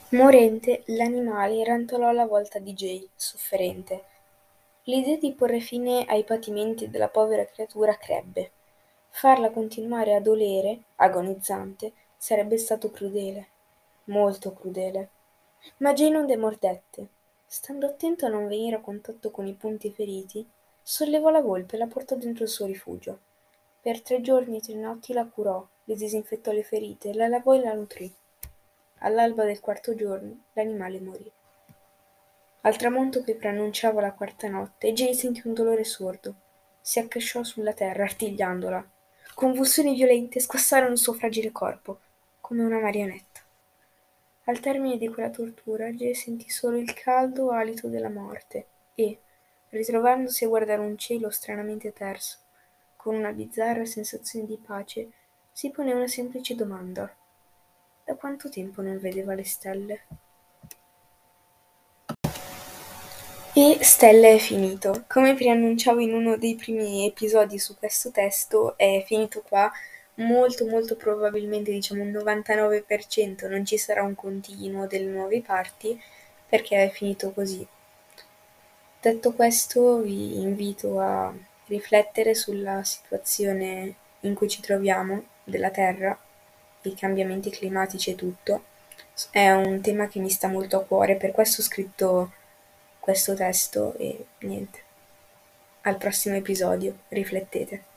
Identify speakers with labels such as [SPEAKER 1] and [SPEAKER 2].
[SPEAKER 1] Morente, l'animale rantolò alla volta di Jay, sofferente. L'idea di porre fine ai patimenti della povera creatura crebbe. Farla continuare a dolere, agonizzante, sarebbe stato crudele, molto crudele. Ma Jay non demordette. Stando attento a non venire a contatto con i punti feriti, sollevò la volpe e la portò dentro il suo rifugio. Per 3 giorni e 3 notti la curò, le disinfettò le ferite, la lavò e la nutrì. All'alba del quarto giorno l'animale morì. Al tramonto che preannunciava la quarta notte, Jay sentì un dolore sordo. Si accasciò sulla terra, artigliandola. Convulsioni violente squassarono il suo fragile corpo, come una marionetta. Al termine di quella tortura, Jay sentì solo il caldo alito della morte e, ritrovandosi a guardare un cielo stranamente terso, con una bizzarra sensazione di pace, si pone una semplice domanda: da quanto tempo non vedeva le stelle? E Stelle è finito. Come preannunciavo in uno dei primi episodi su questo testo, è finito qua. Molto molto probabilmente, diciamo un 99%, non ci sarà un continuo delle nuove parti, perché è finito così. Detto questo, vi invito a riflettere sulla situazione in cui ci troviamo, della Terra, i cambiamenti climatici e tutto. È un tema che mi sta molto a cuore, per questo ho scritto questo testo e niente. Al prossimo episodio, riflettete.